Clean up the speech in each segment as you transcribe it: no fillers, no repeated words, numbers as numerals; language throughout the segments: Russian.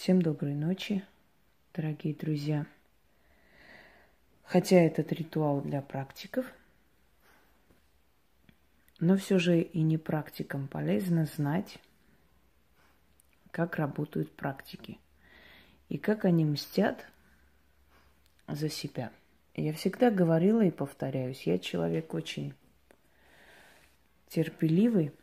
Всем доброй ночи, дорогие друзья. Хотя этот ритуал для практиков, но все же и не практикам полезно знать, как работают практики и как они мстят за себя. Я всегда говорила и повторяюсь, я человек очень терпеливый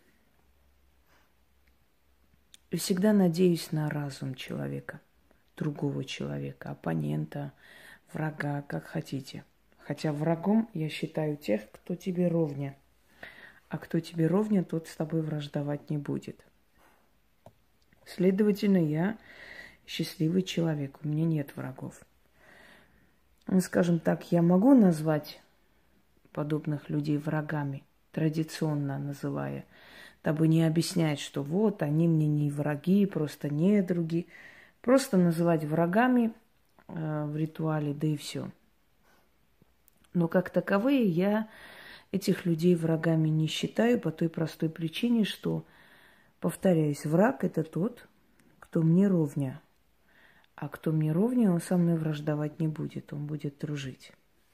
и всегда надеюсь на разум человека, другого человека, оппонента, врага, как хотите. Хотя врагом я считаю тех, кто тебе ровня. А кто тебе ровня, тот с тобой враждовать не будет. Следовательно, я счастливый человек, у меня нет врагов. Ну, скажем так, я могу назвать подобных людей врагами, традиционно называя, дабы не объяснять, что вот они мне не враги, просто недруги. Просто называть врагами в ритуале, да и все. Но как таковые я этих людей врагами не считаю по той простой причине, что, повторяюсь, враг – это тот, кто мне ровня. А кто мне ровня, он со мной враждовать не будет, он будет дружить.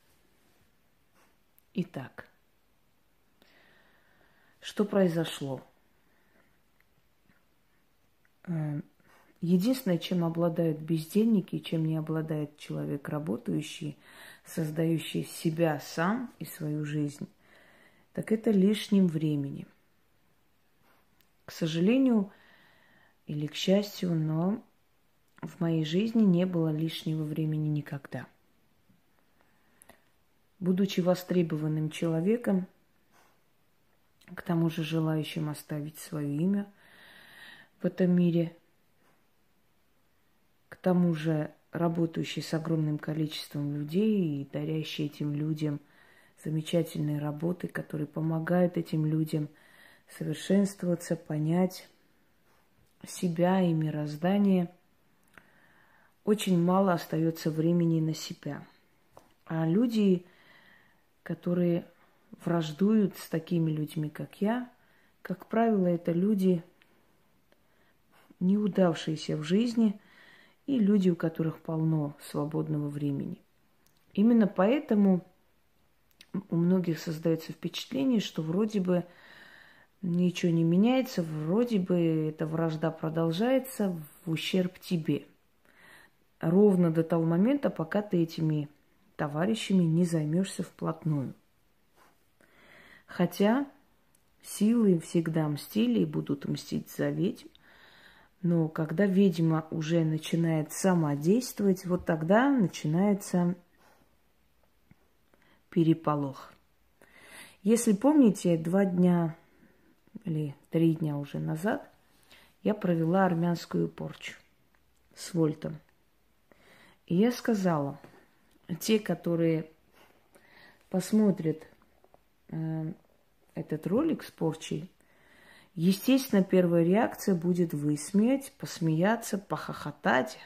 Итак, что произошло? Единственное, чем обладают бездельники, чем не обладает человек работающий, создающий себя сам и свою жизнь, так это лишним временем. К сожалению или к счастью, но в моей жизни не было лишнего времени никогда. Будучи востребованным человеком, к тому же желающим оставить свое имя в этом мире, к тому же работающий с огромным количеством людей и дарящий этим людям замечательные работы, которые помогают этим людям совершенствоваться, понять себя и мироздание, очень мало остается времени на себя. А люди, которые враждуют с такими людьми, как я, как правило, это люди, неудавшиеся в жизни, и люди, у которых полно свободного времени. Именно поэтому у многих создается впечатление, что вроде бы ничего не меняется, вроде бы эта вражда продолжается в ущерб тебе. Ровно до того момента, пока ты этими товарищами не займешься вплотную. Хотя силы всегда мстили и будут мстить за ведьм, но когда ведьма уже начинает сама действовать, вот тогда начинается переполох. Если помните, 2 дня или 3 дня уже назад я провела армянскую порчу с Вольтом. И я сказала, те, которые посмотрят этот ролик с порчей, естественно, первая реакция будет высмеять, посмеяться, похохотать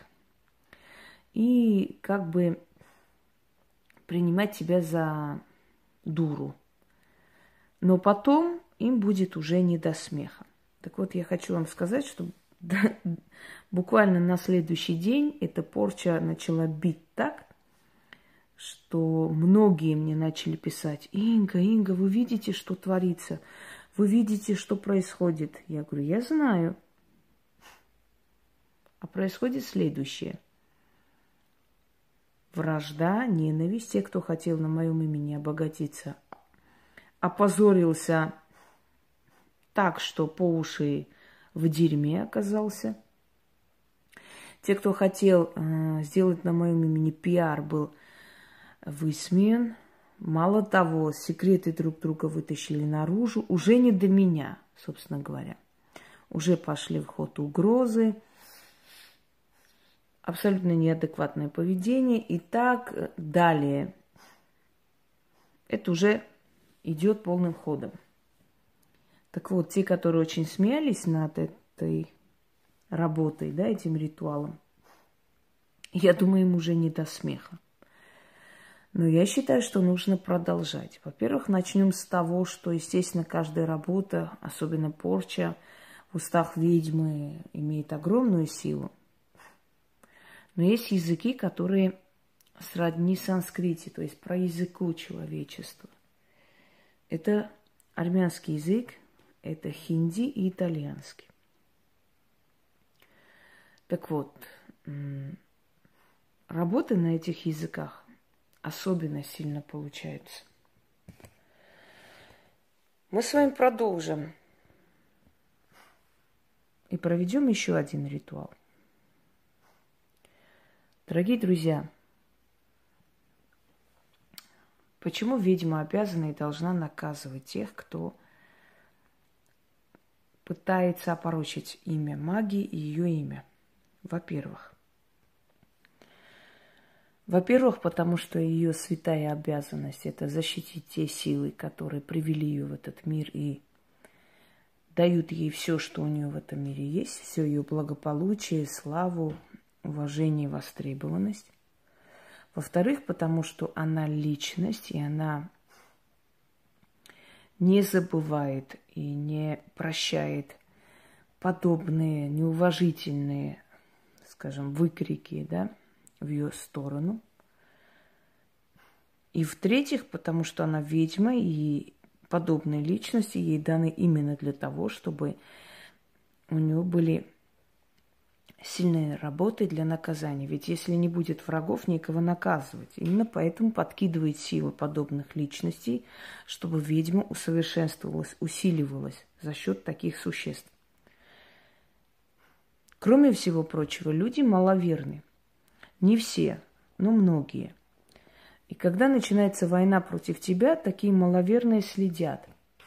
и как бы принимать тебя за дуру. Но потом им будет уже не до смеха. Так вот, я хочу вам сказать, что буквально на следующий день эта порча начала бить так, что многие мне начали писать: Инга, вы видите, что творится? Вы видите, что происходит? Я говорю, я знаю. А происходит следующее. Вражда, ненависть, те, кто хотел на моем имени обогатиться, опозорился так, что по уши в дерьме оказался. Те, кто хотел сделать на моем имени пиар, был высмеян. Мало того, секреты друг друга вытащили наружу. Уже не до меня, собственно говоря. Уже пошли в ход угрозы. Абсолютно неадекватное поведение. И так далее. Это уже идет полным ходом. Так вот, те, которые очень смеялись над этой работой, да, этим ритуалом, я думаю, им уже не до смеха. Но я считаю, что нужно продолжать. Во-первых, начнем с того, что, естественно, каждая работа, особенно порча, в устах ведьмы имеет огромную силу. Но есть языки, которые сродни санскрите, то есть про языку человечества. Это армянский язык, это хинди и итальянский. Так вот, работы на этих языках особенно сильно получаются. Мы с вами продолжим и проведем еще один ритуал. Дорогие друзья, почему ведьма обязана и должна наказывать тех, кто пытается опорочить имя магии и ее имя? Во-первых, потому что ее святая обязанность – это защитить те силы, которые привели ее в этот мир и дают ей все, что у нее в этом мире есть, все ее благополучие, славу, уважение, востребованность. Во-вторых, потому что она личность, и она не забывает и не прощает подобные неуважительные, скажем, выкрики, да, в ее сторону. И в-третьих, потому что она ведьма, и подобные личности ей даны именно для того, чтобы у нее были сильные работы для наказания. Ведь если не будет врагов, некого наказывать. Именно поэтому подкидывает силы подобных личностей, чтобы ведьма усовершенствовалась, усиливалась за счет таких существ. Кроме всего прочего, люди маловерны. Не все, но многие. И когда начинается война против тебя, такие маловерные следят,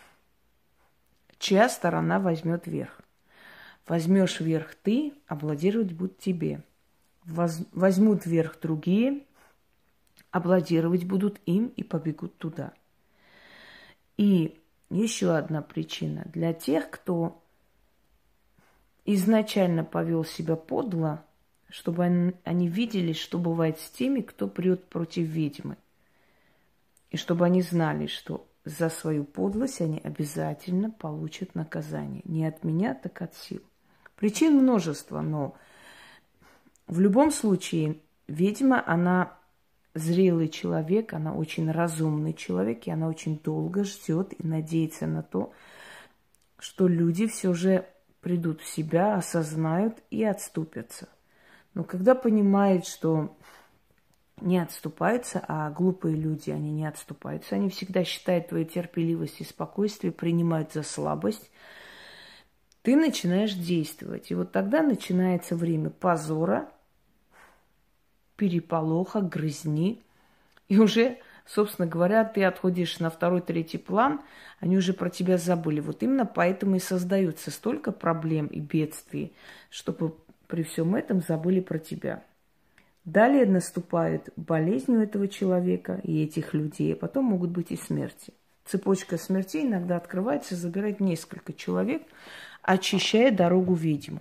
чья сторона возьмет верх. Возьмешь верх ты, аплодировать будут тебе. Возьмут верх другие, аплодировать будут им и побегут туда. И еще одна причина. Для тех, кто изначально повел себя подло, чтобы они видели, что бывает с теми, кто прет против ведьмы. И чтобы они знали, что за свою подлость они обязательно получат наказание. Не от меня, так от сил. Причин множество, но в любом случае ведьма, она зрелый человек, она очень разумный человек, и она очень долго ждет и надеется на то, что люди все же придут в себя, осознают и отступятся. Но когда понимает, что не отступаются, а глупые люди, они не отступаются, они всегда считают твою терпеливость и спокойствие, принимают за слабость, ты начинаешь действовать. И вот тогда начинается время позора, переполоха, грызни. И уже, собственно говоря, ты отходишь на второй, третий план, они уже про тебя забыли. Вот именно поэтому и создаются столько проблем и бедствий, чтобы при всем этом забыли про тебя. Далее наступает болезнь у этого человека и этих людей, а потом могут быть и смерти. Цепочка смертей иногда открывается, забирает несколько человек, очищая дорогу ведьмы.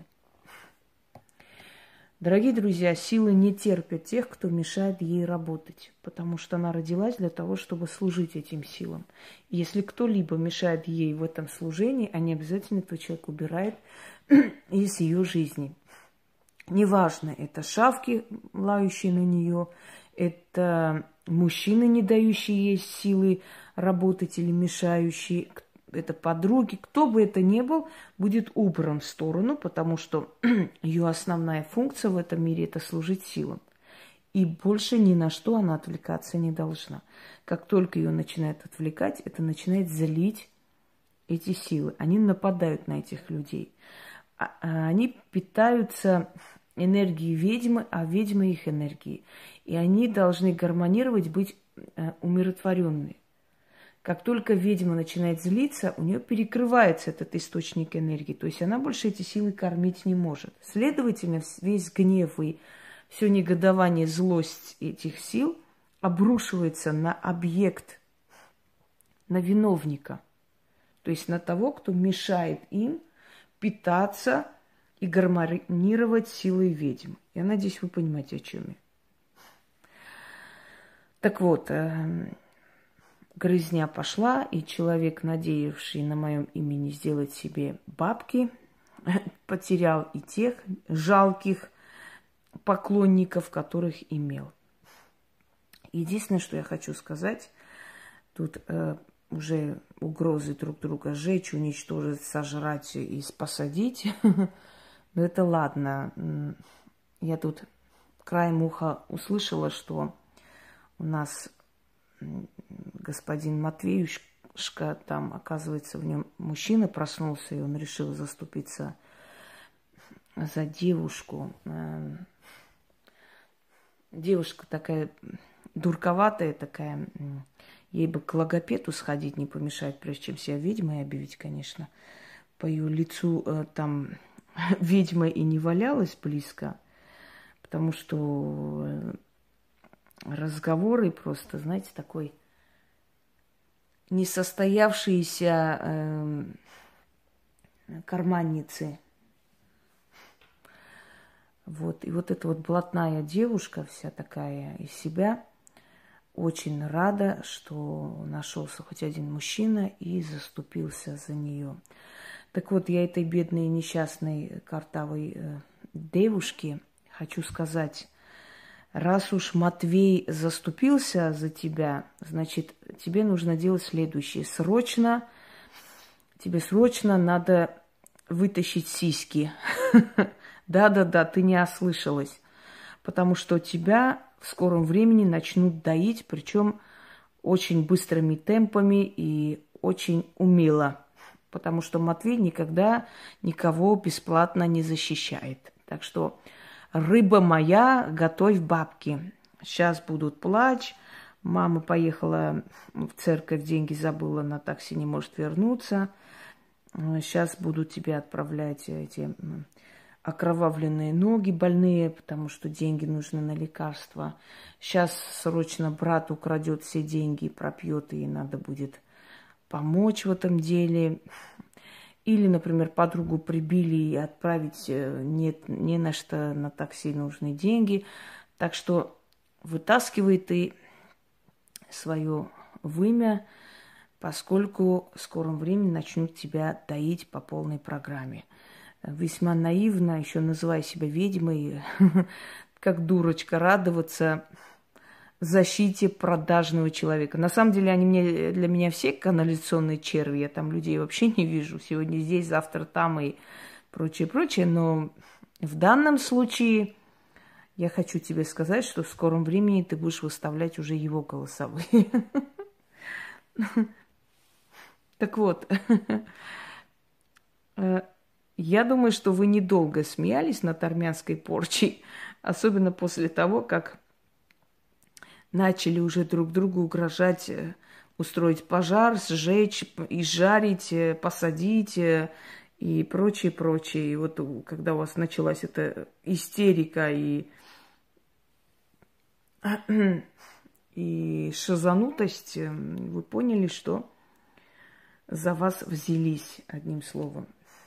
Дорогие друзья, силы не терпят тех, кто мешает ей работать, потому что она родилась для того, чтобы служить этим силам. И если кто-либо мешает ей в этом служении, они обязательно этого человека убирают из ее жизни. Неважно, это шавки, лающие на нее, это мужчины, не дающие ей силы работать или мешающие, это подруги, кто бы это ни был, будет убран в сторону, потому что ее основная функция в этом мире – это служить силам. И больше ни на что она отвлекаться не должна. Как только ее начинает отвлекать, это начинает злить эти силы. Они нападают на этих людей. Они питаются энергией ведьмы, а ведьма их энергией. И они должны гармонировать, быть умиротворенными. Как только ведьма начинает злиться, у нее перекрывается этот источник энергии. То есть она больше эти силы кормить не может. Следовательно, весь гнев и все негодование, злость этих сил обрушивается на объект, на виновника. То есть на того, кто мешает им питаться и гармонировать силой ведьм. Я надеюсь, вы понимаете, о чем я. Так вот, грызня пошла, и человек, надеявший на моем имени сделать себе бабки, потерял и тех жалких, поклонников, которых имел. Единственное, что я хочу сказать, тут уже угрозы друг друга сжечь, уничтожить, сожрать и посадить. Но это ладно. Я тут краем уха услышала, что у нас господин Матвеюшка, там, оказывается, в нем мужчина проснулся, и он решил заступиться за девушку. Девушка такая дурковатая, такая, ей бы к логопеду сходить не помешает, прежде чем себя ведьмой объявить, конечно. По ее лицу там ведьма и не валялась близко, потому что разговоры просто, знаете, такой несостоявшиеся карманницы. Вот. И вот эта вот блатная девушка, вся такая из себя, очень рада, что нашелся хоть один мужчина и заступился за нее. Так вот, я этой бедной, несчастной, картавой девушке хочу сказать, раз уж Матвей заступился за тебя, значит, тебе нужно делать следующее. Тебе срочно надо вытащить сиськи. Да-да-да, ты не ослышалась. Потому что тебя в скором времени начнут доить, причем очень быстрыми темпами и очень умело. Потому что Матвей никогда никого бесплатно не защищает. Так что, рыба моя, готовь бабки. Сейчас будут плач. Мама поехала в церковь, деньги забыла, на такси не может вернуться. Сейчас будут тебе отправлять эти окровавленные ноги больные, потому что деньги нужны на лекарства. Сейчас срочно брат украдет все деньги, пропьет, и надо будет помочь в этом деле. Или, например, подругу прибили и отправить нет, не на что, на такси нужны деньги. Так что вытаскивай ты свое вымя, поскольку в скором времени начнут тебя доить по полной программе. Весьма наивно, еще называя себя ведьмой, как дурочка, радоваться защите продажного человека. На самом деле они для меня все канализационные черви. Я там людей вообще не вижу. Сегодня здесь, завтра там и прочее, прочее. Но в данном случае я хочу тебе сказать, что в скором времени ты будешь выставлять уже его голосовые. Так вот, я думаю, что вы недолго смеялись над армянской порчей, особенно после того, как начали уже друг другу угрожать, устроить пожар, сжечь, изжарить, посадить и прочее, прочее. И вот когда у вас началась эта истерика и шизанутость, вы поняли, что за вас взялись, одним словом.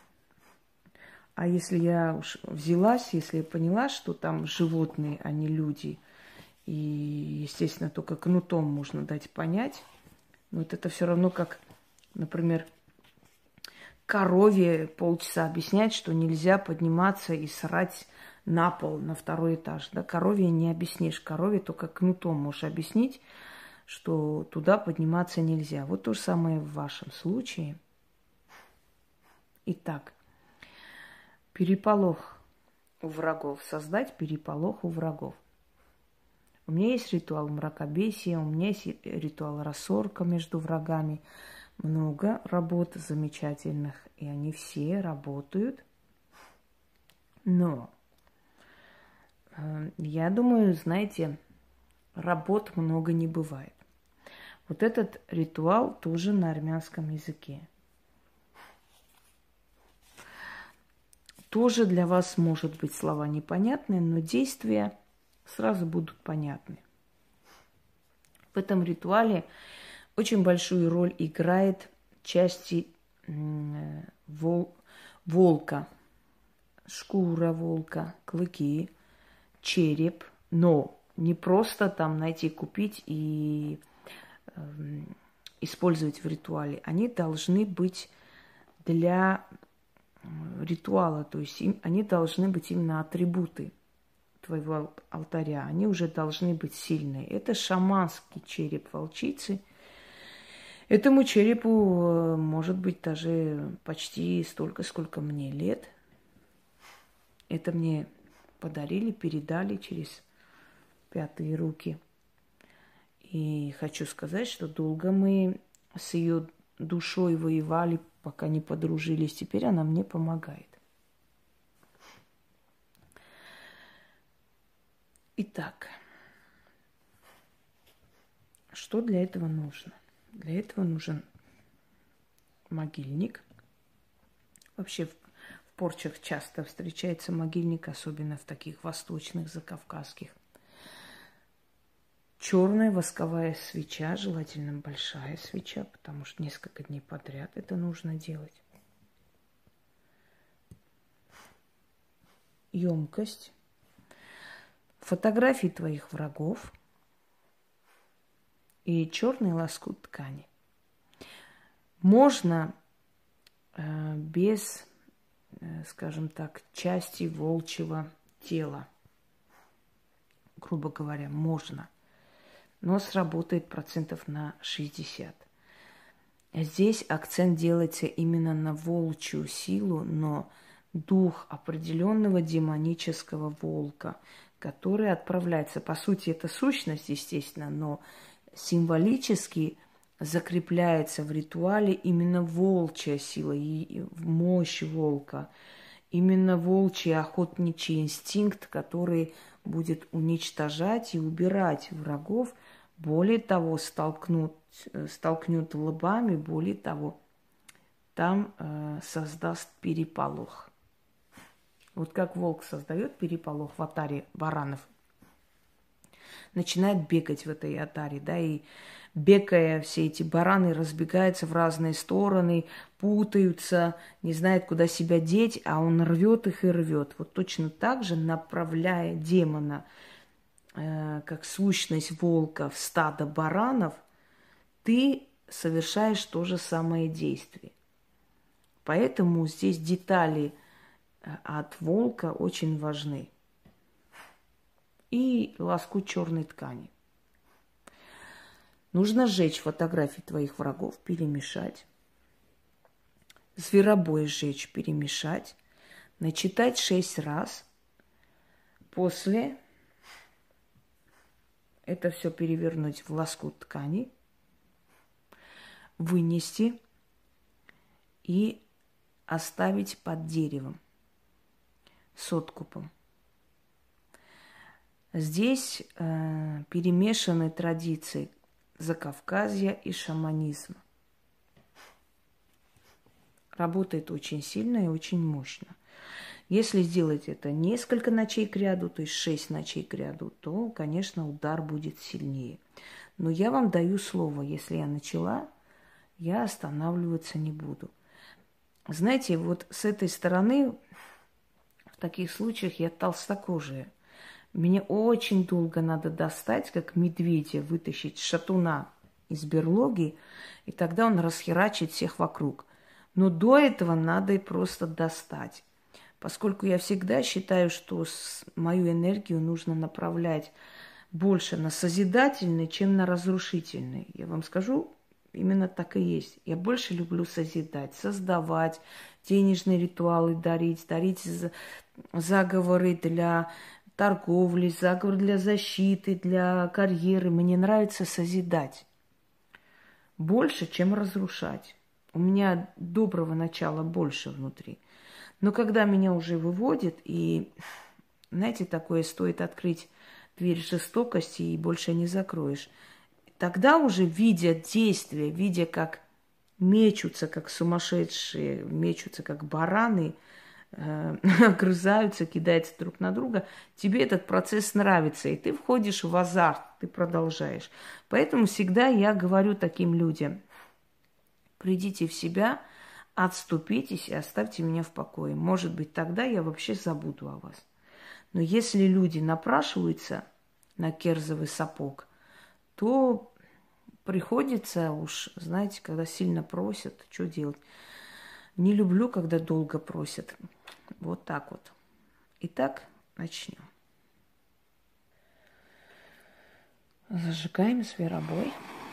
А если я уж взялась, если я поняла, что там животные, а не люди, и, естественно, только кнутом можно дать понять, но вот это все равно как, например, корове полчаса объяснять, что нельзя подниматься и срать на пол, на второй этаж. Да, корове не объяснишь, корове только кнутом можешь объяснить, что туда подниматься нельзя. Вот то же самое в вашем случае. Итак, переполох у врагов. Создать переполох у врагов. У меня есть ритуал мракобесия, у меня есть ритуал рассорка между врагами. Много работ замечательных, и они все работают. Но я думаю, знаете, работ много не бывает. Вот этот ритуал тоже на армянском языке. Тоже для вас, может быть, слова непонятные, но действия сразу будут понятны. В этом ритуале очень большую роль играет части волка. Шкура волка, клыки, череп. Но не просто там найти, купить и использовать в ритуале. Они должны быть для ритуала, то есть они должны быть именно атрибуты. твоего алтаря, они уже должны быть сильные. Это шаманский череп волчицы. Этому черепу может быть даже почти столько, сколько мне лет. Это мне подарили, передали через пятые руки. И хочу сказать, что долго мы с ее душой воевали, пока не подружились. Теперь она мне помогает. Итак, что для этого нужно? Для этого нужен могильник. Вообще в порчах часто встречается могильник, особенно в таких восточных, закавказских. Черная восковая свеча, желательно большая свеча, потому что несколько дней подряд это нужно делать. Емкость. Фотографии твоих врагов и черный лоскут ткани. Можно без, скажем так, части волчьего тела, грубо говоря, можно, но сработает процентов на 60. Здесь акцент делается именно на волчью силу, но дух определенного демонического волка, который отправляется. По сути, это сущность, естественно, но символически закрепляется в ритуале именно волчья сила и мощь волка. Именно волчий охотничий инстинкт, который будет уничтожать и убирать врагов. Более того, столкнет лбами, более того, там создаст переполох. Вот как волк создает переполох в отаре баранов, начинает бегать в этой отаре, да, и бегая, все эти бараны разбегаются в разные стороны, путаются, не знают, куда себя деть, а он рвет их и рвет. Вот точно так же, направляя демона, как сущность волка в стадо баранов, ты совершаешь то же самое действие. Поэтому здесь детали от волка очень важны. И лоскут черной ткани. Нужно сжечь фотографии твоих врагов, перемешать. Зверобой сжечь, перемешать. Начитать 6 раз. После это все перевернуть в лоскут ткани. Вынести и оставить под деревом с откупом. Здесь перемешаны традиции Закавказья и шаманизма. Работает очень сильно и очень мощно. Если сделать это несколько ночей кряду, то есть 6 ночей кряду, то, конечно, удар будет сильнее. Но я вам даю слово, если я начала, я останавливаться не буду. Знаете, вот с этой стороны, в таких случаях я толстокожая. Мне очень долго надо достать, как медведя, вытащить шатуна из берлоги, и тогда он расхерачит всех вокруг. Но до этого надо и просто достать. Поскольку я всегда считаю, что мою энергию нужно направлять больше на созидательный, чем на разрушительный. Я вам скажу, именно так и есть. Я больше люблю созидать, создавать, денежные ритуалы дарить заговоры для торговли, заговор для защиты, для карьеры. Мне нравится созидать больше, чем разрушать. У меня доброго начала больше внутри. Но когда меня уже выводит, и, знаете, такое стоит открыть дверь жестокости и больше не закроешь, тогда уже, видя действия, видя, как мечутся, как сумасшедшие, мечутся, как бараны, огрызаются, кидаются друг на друга, тебе этот процесс нравится, и ты входишь в азарт, ты продолжаешь. Поэтому всегда я говорю таким людям: придите в себя, отступитесь и оставьте меня в покое. Может быть, тогда я вообще забуду о вас. Но если люди напрашиваются на кирзовый сапог, то приходится уж, знаете, когда сильно просят, что делать? Не люблю, когда долго просят. Вот так вот. Итак, начнем. Зажигаем зверобой.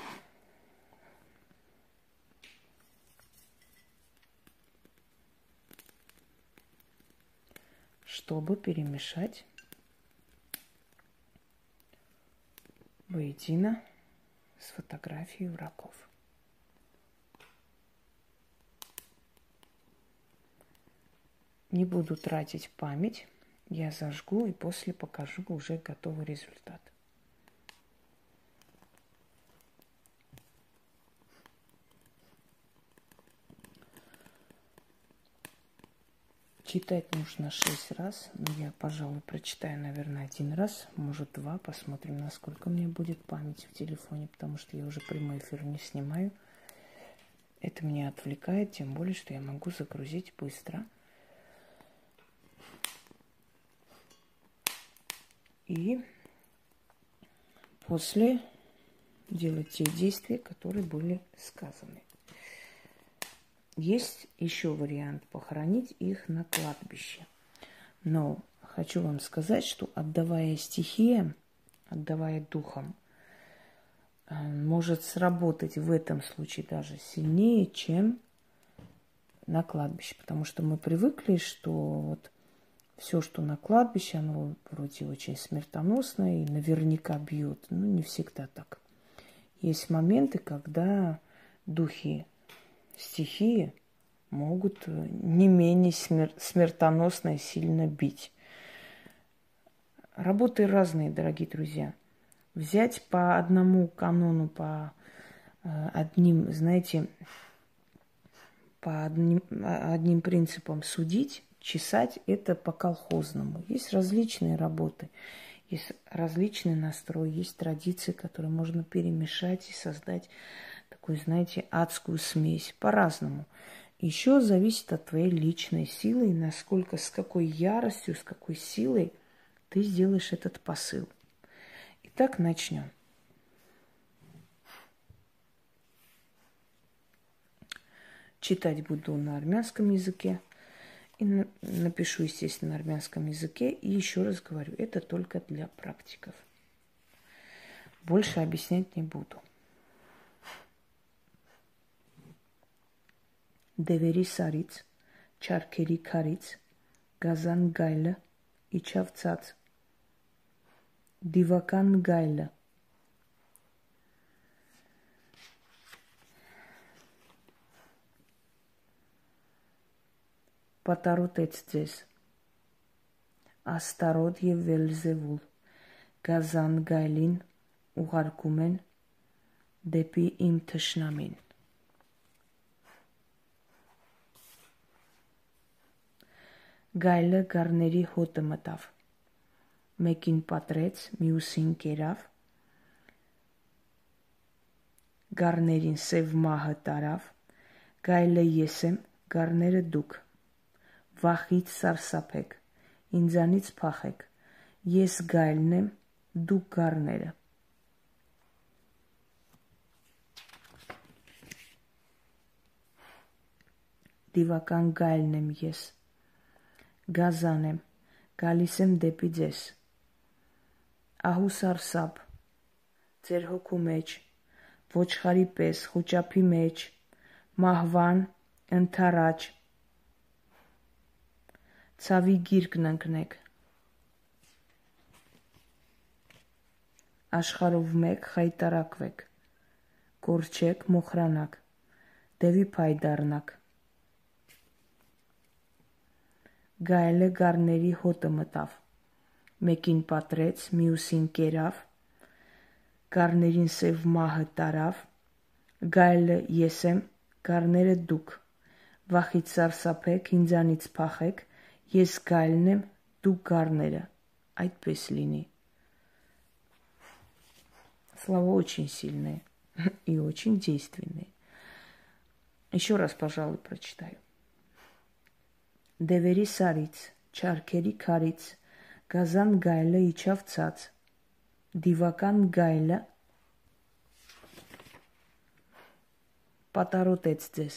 Чтобы перемешать воедино с фотографией врагов. Не буду тратить память, я зажгу и после покажу уже готовый результат. Читать нужно 6 раз. Я, пожалуй, прочитаю, наверное, 1 раз, может 2. Посмотрим, насколько у меня будет память в телефоне, потому что я уже прямой эфир не снимаю. Это меня отвлекает, тем более, что я могу загрузить быстро. И после делать те действия, которые были сказаны. Есть еще вариант похоронить их на кладбище. Но хочу вам сказать, что отдавая стихиям, отдавая духам, может сработать в этом случае даже сильнее, чем на кладбище. Потому что мы привыкли, что вот все, что на кладбище, оно вроде очень смертоносное и наверняка бьет. Но не всегда так. Есть моменты, когда духи стихии могут не менее смертоносно и сильно бить. Работы разные, дорогие друзья. Взять по одному канону, по одним, знаете, по одним принципам судить, чесать – это по-колхозному. Есть различные работы, есть различный настрой, есть традиции, которые можно перемешать и создать такую, знаете, адскую смесь по-разному. Еще зависит от твоей личной силы и насколько, с какой яростью, с какой силой ты сделаешь этот посыл. Итак, начнем. Читать буду на армянском языке. И напишу, естественно, на армянском языке. И еще раз говорю, это только для практиков. Больше объяснять не буду. Դևերի սարից, չարքերի քարից, գազան գայլը, իջավ ցած, դիվական գայլը, պատառոտեց ձեզ, Աստարոտ և Վելզևուլ, գազան գայլին ուղարկում են դեպի իմ թշնամին. Գայլը գառների հոտը մտավ, մեկին պատրեց, մյուսին կերավ, գառներին սև մահը տարավ, գայլը ես եմ, գառները դուք, վախից սարսափեք, ինձանից փախեք, ես գայլն եմ, դուք գառները. Դիվական գայլն եմ ես, գազան եմ, գալիս եմ դեպի ձեզ, ահու սարսափ, ձեր հոգու մեջ, ոչխարի պես, խուճապի մեջ, մահվան, ընթառաջ, ցավի գիրկն ընկնեք, աշխարհով մեկ խայտարակվեք, կորչեք, մոխրանաք, դևի փայ դառնաք. Գայլը գառների հոտը մտավ, մեկին պատրեց, մյուսին կերավ, գառներին սև մահը տարավ, գայլը ես եմ, գառները դուք, վախից սարսափեք, ինձանից փախեք, ես գայլն եմ, դուք գառները, այդպես լինի. Слова очень сильные и очень действенные. Еще раз, пожалуй, прочитаю. Դևերի սարից, չարքերի քարից, գազան գայլը իջավ ցած, դիվական գայլը պատառոտեց ձեզ,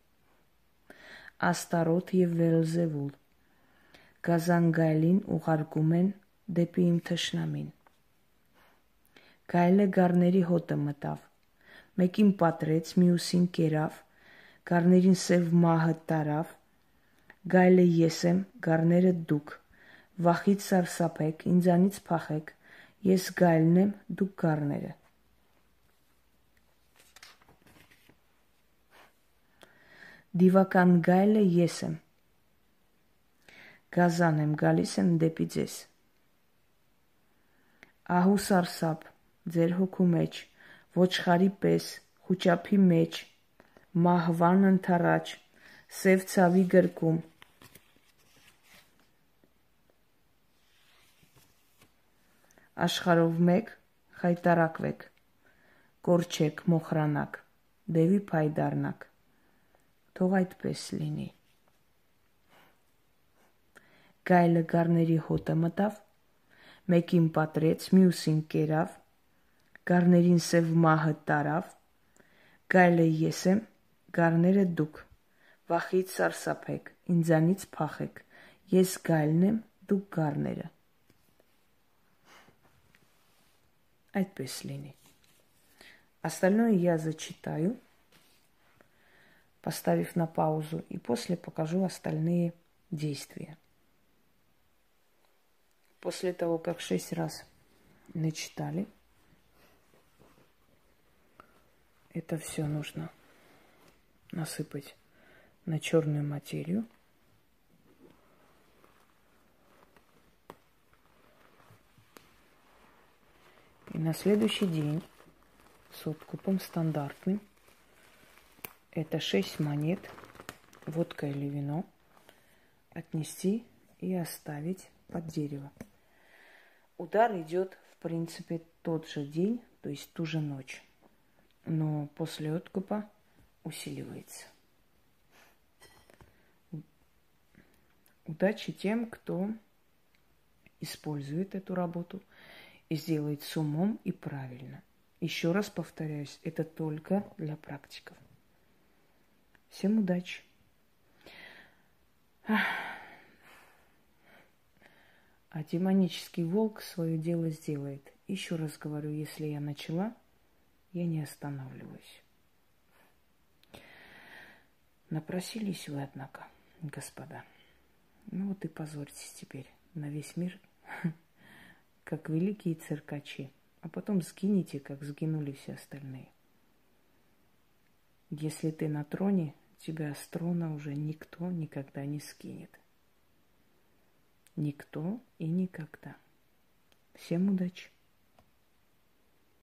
Աստարոտ և Վելզևուլ, գազան գայլին ուղարկում են դեպի իմ թշնամին. Գայլը գառների հոտը մտավ։ Մեկին պատրեց, մյուսին կերավ, գառներին սև մահը տարավ։ Գայլը ես եմ, գառները դուք, վախից սարսափեք, ինձանից փախեք, ես գայլն եմ, դուք գառները։ Դիվական գայլը ես եմ, գազան եմ, գալիս եմ դեպի ձեզ։ Ահու սարսափ, ձեր հոգու մեջ, ոչխարի պես, խուճապի մեջ, մահվան ընթառաջ, սև ցավի գրկում։ Աշխարհով մեկ խայտարակվեք, կորչեք, մոխրանաք, դևի փայդառնաք։ Թող այդպես լինի։ Գայլը գառների հոտը մտավ, մեկին պատրեց, մյուսին կերավ, գառներին սև մահը տարավ։ Գայլը ես եմ, գառները դուք, վախից սարսափեք, ինձանից փախեք, ես գայլն եմ, դուք գառները։ Այդպես լինի։ Остальное я зачитаю, поставив на паузу, и после покажу остальные действия. После того, как 6 раз начитали, это все нужно насыпать на черную материю. И на следующий день с откупом стандартным, это 6 монет, водка или вино, отнести и оставить под дерево. Удар идет, в принципе, тот же день, то есть ту же ночь, но после откупа усиливается. Удачи тем, кто использует эту работу и сделает с умом и правильно. Еще раз повторяюсь, это только для практиков. Всем удачи! А демонический волк свое дело сделает. Еще раз говорю, если я начала, я не останавливаюсь. Напросились вы, однако, господа. Ну вот и позорьтесь теперь на весь мир, как великие циркачи. А потом сгинете, как сгинули все остальные. Если ты на троне, тебя с трона уже никто никогда не скинет. Никто и никогда. Всем удачи!